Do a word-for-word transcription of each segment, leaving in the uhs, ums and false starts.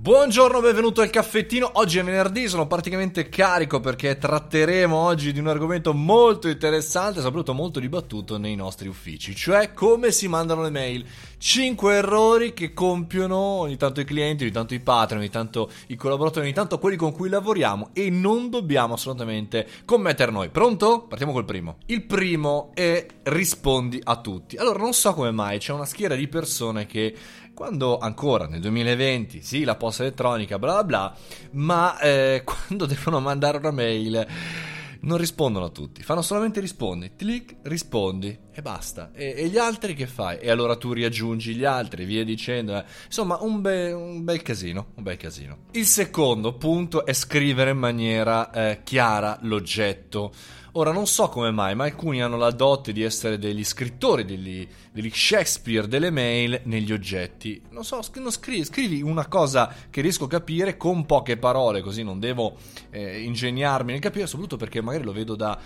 Buongiorno, benvenuto al caffettino. Oggi è venerdì, sono praticamente carico perché tratteremo oggi di un argomento molto interessante, soprattutto molto dibattuto nei nostri uffici, cioè come si mandano le mail. Cinque errori che compiono ogni tanto i clienti, ogni tanto i patron, ogni tanto i collaboratori, ogni tanto quelli con cui lavoriamo e non dobbiamo assolutamente commettere noi. Pronto? Partiamo col primo. Il primo è rispondi a tutti. Allora, non so come mai c'è una schiera di persone che quando ancora nel duemilaventi, sì, la posta elettronica, bla bla bla, ma eh, quando devono mandare una mail non rispondono a tutti, fanno solamente rispondi, clic, rispondi e basta. E, e gli altri che fai? E allora tu riaggiungi gli altri, via dicendo. Eh. Insomma, un, be- un bel casino, un bel casino. Il secondo punto è scrivere in maniera eh, chiara l'oggetto. Ora, non so come mai, ma alcuni hanno la dote di essere degli scrittori, degli, degli Shakespeare delle mail negli oggetti. Non so, non scrivi, scrivi una cosa che riesco a capire con poche parole, così non devo eh, ingegnarmi nel capire, soprattutto perché magari lo vedo da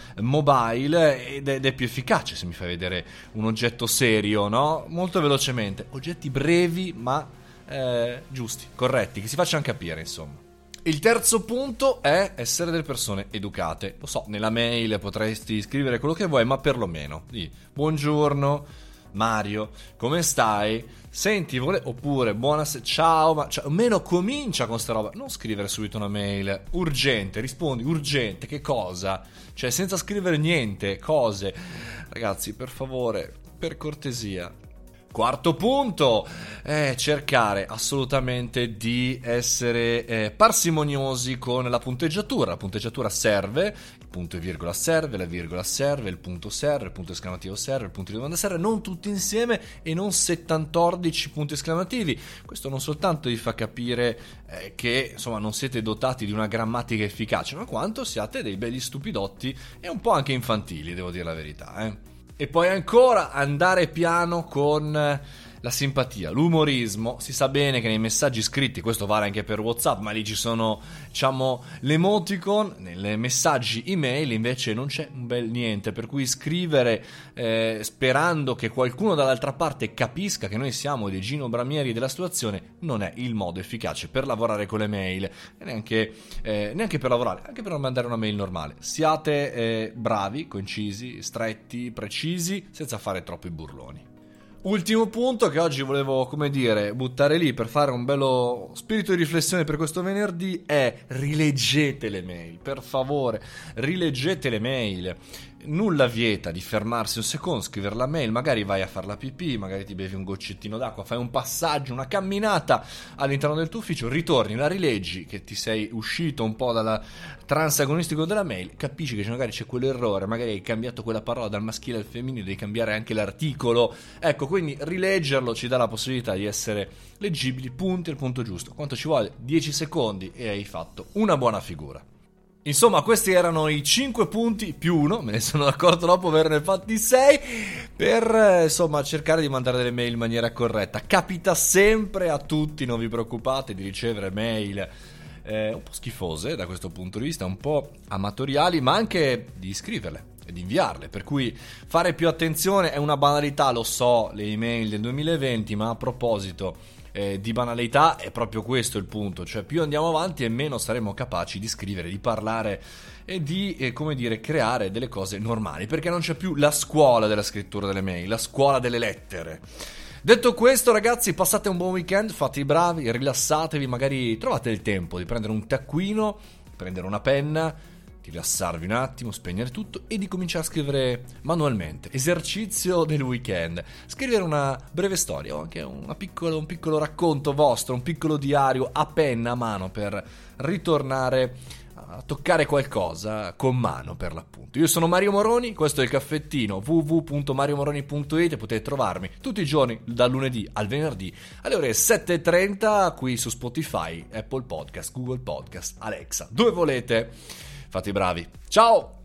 mobile ed è, ed è più efficace se mi fai vedere un oggetto serio, no? Molto velocemente. Oggetti brevi ma eh, giusti, corretti, che si facciano capire, insomma. Il terzo punto è essere delle persone educate. Lo so, nella mail potresti scrivere quello che vuoi, ma perlomeno di buongiorno Mario, come stai? Senti, vole... oppure buonasera, ciao, ma cioè, almeno comincia con sta roba. Non scrivere subito una mail urgente, rispondi urgente, che cosa? Cioè, senza scrivere niente, cose. Ragazzi, per favore, per cortesia. Quarto punto è cercare assolutamente di essere eh, parsimoniosi con la punteggiatura. La punteggiatura serve, il punto e virgola serve, la virgola serve, il punto serve, il punto esclamativo serve, il punto di domanda serve, non tutti insieme e non settantordici punti esclamativi. Questo non soltanto vi fa capire eh, che insomma non siete dotati di una grammatica efficace, ma quanto siate dei belli stupidotti e un po' anche infantili, devo dire la verità, eh. E poi ancora andare piano con la simpatia, l'umorismo. Si sa bene che nei messaggi scritti, questo vale anche per WhatsApp, ma lì ci sono, diciamo, l'emoticon, nei messaggi email invece non c'è un bel niente, per cui scrivere eh, sperando che qualcuno dall'altra parte capisca che noi siamo dei Gino Bramieri della situazione non è il modo efficace per lavorare con le mail, e neanche, eh, neanche per lavorare, anche per mandare una mail normale. Siate eh, bravi, concisi, stretti, precisi, senza fare troppi burloni. Ultimo punto che oggi volevo, come dire, buttare lì per fare un bello spirito di riflessione per questo venerdì è: rileggete le mail, per favore, rileggete le mail. Nulla vieta di fermarsi un secondo, scrivere la mail, magari vai a fare la pipì, magari ti bevi un goccettino d'acqua, fai un passaggio, una camminata all'interno del tuo ufficio, ritorni, la rileggi, che ti sei uscito un po' dalla trance agonistico della mail, capisci che magari c'è quell'errore, magari hai cambiato quella parola dal maschile al femminile, devi cambiare anche l'articolo, ecco, quindi rileggerlo ci dà la possibilità di essere leggibili, punti al punto giusto. Quanto ci vuole? dieci secondi e hai fatto una buona figura. Insomma, questi erano i cinque punti più uno, me ne sono accorto dopo averne fatti sei, per insomma cercare di mandare delle mail in maniera corretta. Capita sempre a tutti, non vi preoccupate, di ricevere mail eh, un po' schifose da questo punto di vista, un po' amatoriali, ma anche di scriverle e di inviarle, per cui fare più attenzione. È una banalità, lo so, le email del duemilaventi, ma a proposito Eh, di banalità è proprio questo il punto, cioè più andiamo avanti e meno saremo capaci di scrivere, di parlare e di, eh, come dire, creare delle cose normali, perché non c'è più la scuola della scrittura delle mail, la scuola delle lettere. Detto questo, ragazzi, passate un buon weekend, fate i bravi, rilassatevi, magari trovate il tempo di prendere un taccuino, prendere una penna, rilassarvi un attimo, spegnere tutto e di cominciare a scrivere manualmente. Esercizio del weekend: scrivere una breve storia o anche una piccolo, un piccolo racconto vostro, un piccolo diario a penna, a mano, per ritornare a toccare qualcosa con mano, per l'appunto. Io sono Mario Moroni, questo è il caffettino, w w w punto mario moroni punto it, e potete trovarmi tutti i giorni dal lunedì al venerdì alle ore sette e trenta qui su Spotify, Apple Podcast, Google Podcast, Alexa, dove volete. Fate i bravi. Ciao!